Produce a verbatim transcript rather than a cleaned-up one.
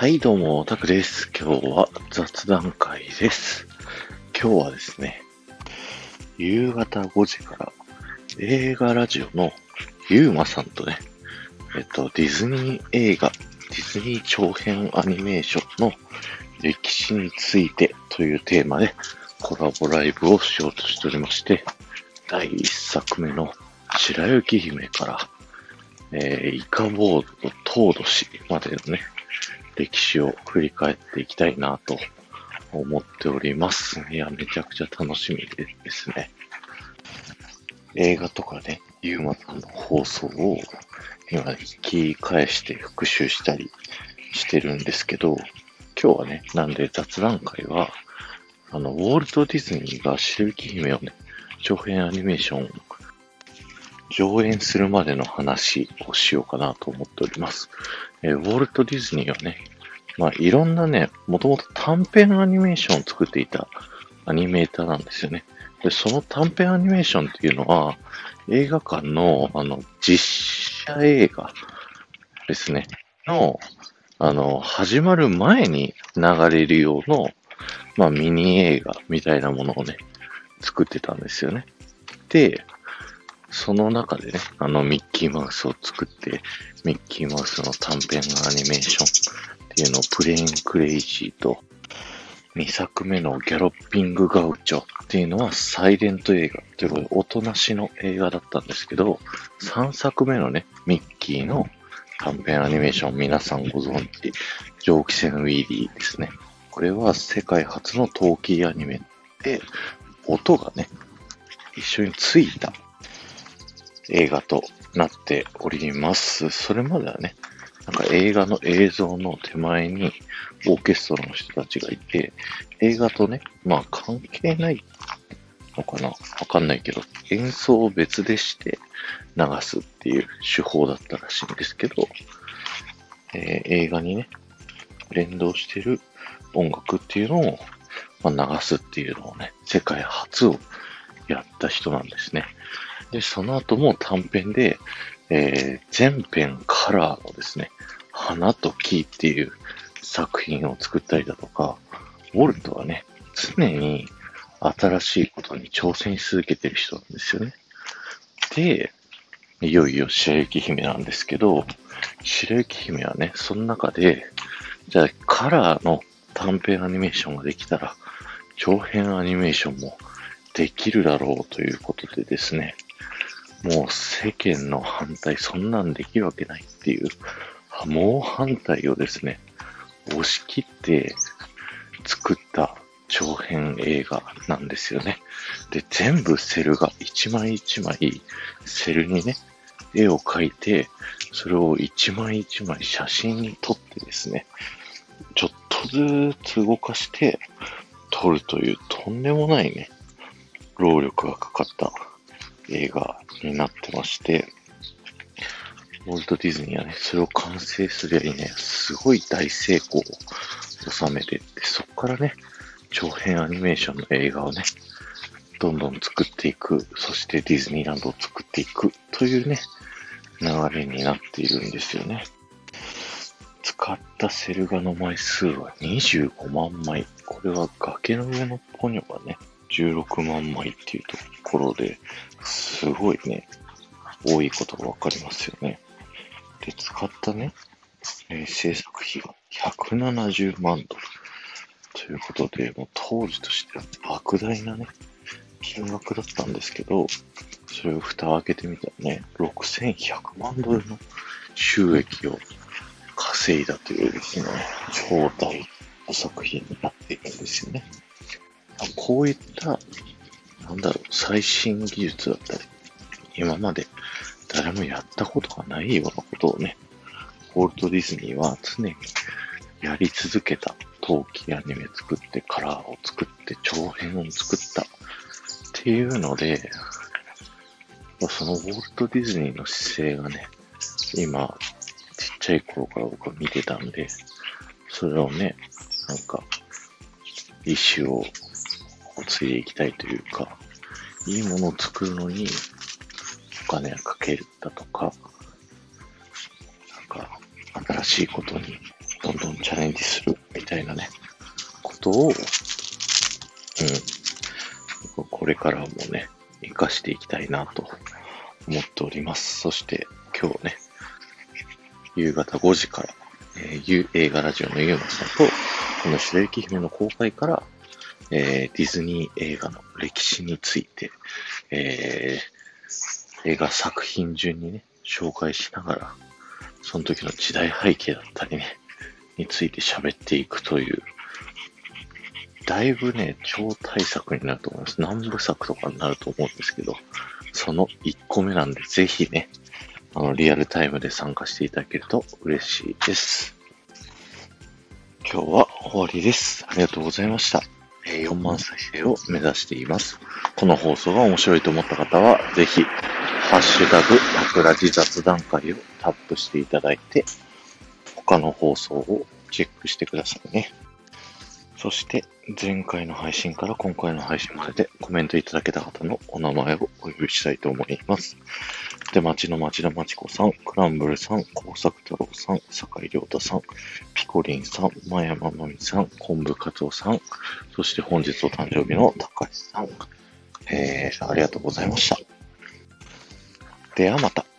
はい、どうも、オタクです。今日は雑談会です。今日はですね、夕方ごじから映画ラジオのゆうまさんとね、えっと、ディズニー映画、ディズニー長編アニメーションの歴史についてというテーマでコラボライブをしようとしておりまして、だいいっさくめの白雪姫から、えー、イカボードとトード氏までのね、歴史を振り返っていきたいなと思っております。いや、めちゃくちゃ楽しみですね。映画とかね、ユーマさんの放送を今聞き返して復習したりしてるんですけど、今日はね、なんで雑談会は、あの、ウォルト・ディズニーが白雪姫をね、長編アニメーション上演するまでの話をしようかなと思っております。えー、ウォルト・ディズニーはね、まあ、いろんなね、もともと短編アニメーションを作っていたアニメーターなんですよね。で、その短編アニメーションっていうのは、映画館の、あの、実写映画ですね、の、あの、始まる前に流れるような、まあ、ミニ映画みたいなものをね、作ってたんですよね。で、その中でね、あの、ミッキーマウスを作って、ミッキーマウスの短編アニメーションっていうのをプレインクレイジーと、にさくめのギャロッピングガウチョっていうのはサイレント映画ということで、おとなしの映画だったんですけど、さんさくめのね、ミッキーの短編アニメーション、皆さんご存知、蒸気船ウィーリーですね。これは世界初のトーキーアニメで、音がね、一緒についた映画となっております。それまではね、なんか映画の映像の手前にオーケストラの人たちがいて、映画とね、まあ関係ないのかなわかんないけど、演奏を別でして流すっていう手法だったらしいんですけど、えー、映画にね、連動してる音楽っていうのを、まあ、流すっていうのをね、世界初をやった人なんですね。で、その後も短編で、えー、全編カラーのですね、花と木っていう作品を作ったりだとか、ウォルトはね、常に新しいことに挑戦し続けてる人なんですよね。で、いよいよ白雪姫なんですけど、白雪姫はね、その中で、じゃあカラーの短編アニメーションができたら、長編アニメーションもできるだろうということでですね、もう世間の反対、そんなんできるわけないっていう、猛反対をですね、押し切って作った長編映画なんですよね。で、全部セルが一枚一枚セルにね、絵を描いて、それを一枚一枚写真に撮ってですね、ちょっとずつ動かして撮るというとんでもないね、労力がかかった映画になってまして、ウォルト・ディズニーはね、それを完成するよりね、すごい大成功を収めてって、そこからね、長編アニメーションの映画をね、どんどん作っていく、そしてディズニーランドを作っていくというね、流れになっているんですよね。使ったセル画の枚数はにじゅうごまんまい。これは崖の上のポニョがね、じゅうろくまんまいっていうところで、すごいね、多いことがわかりますよね。で、使ったね、えー、制作費がひゃくななじゅうまんドル。ということで、もう当時としては莫大なね、金額だったんですけど、それを蓋を開けてみたらね、ろくせんひゃくまんドルの収益を稼いだというですね、超大作品になっているんですよね。こういった、なんだろう、最新技術だったり、今まで誰もやったことがないようなことをね、ウォルト・ディズニーは常にやり続けた。冬季アニメ作って、カラーを作って、長編を作ったっていうので、そのウォルト・ディズニーの姿勢がね、今、ちっちゃい頃から僕は見てたんで、それをね、なんか、意思を継いでいきたいというか、いいものを作るのにお金をかけるだとか、なんか、新しいことにどんどんチャレンジするみたいなね、ことを、うん、これからもね、活かしていきたいなと思っております。そして今日ね、夕方ごじから、えー、ゆ映画ラジオのゆうまさんと、この白雪姫の公開から、えー、ディズニー映画の歴史について、えー、映画作品順にね、紹介しながら、その時の時代背景だったりね、について喋っていくという、だいぶね、超大作になると思います。何部作とかになると思うんですけど、そのいっこめなんで、ぜひね、あの、リアルタイムで参加していただけると嬉しいです。今日は終わりです。ありがとうございました。よんまん再生を目指しています。この放送が面白いと思った方は、ぜひ、ハッシュタグ、タクラジ雑談会をタップしていただいて、他の放送をチェックしてくださいね。そして、前回の配信から今回の配信まででコメントいただけた方のお名前をお呼びしたいと思います。で、町の町田町子さん、クランブルさん、工作太郎さん、坂井亮太さん、ピコリンさん、真山まみさん、昆布かつおさん、そして本日お誕生日の高橋さん、えー、ありがとうございました。ではまた。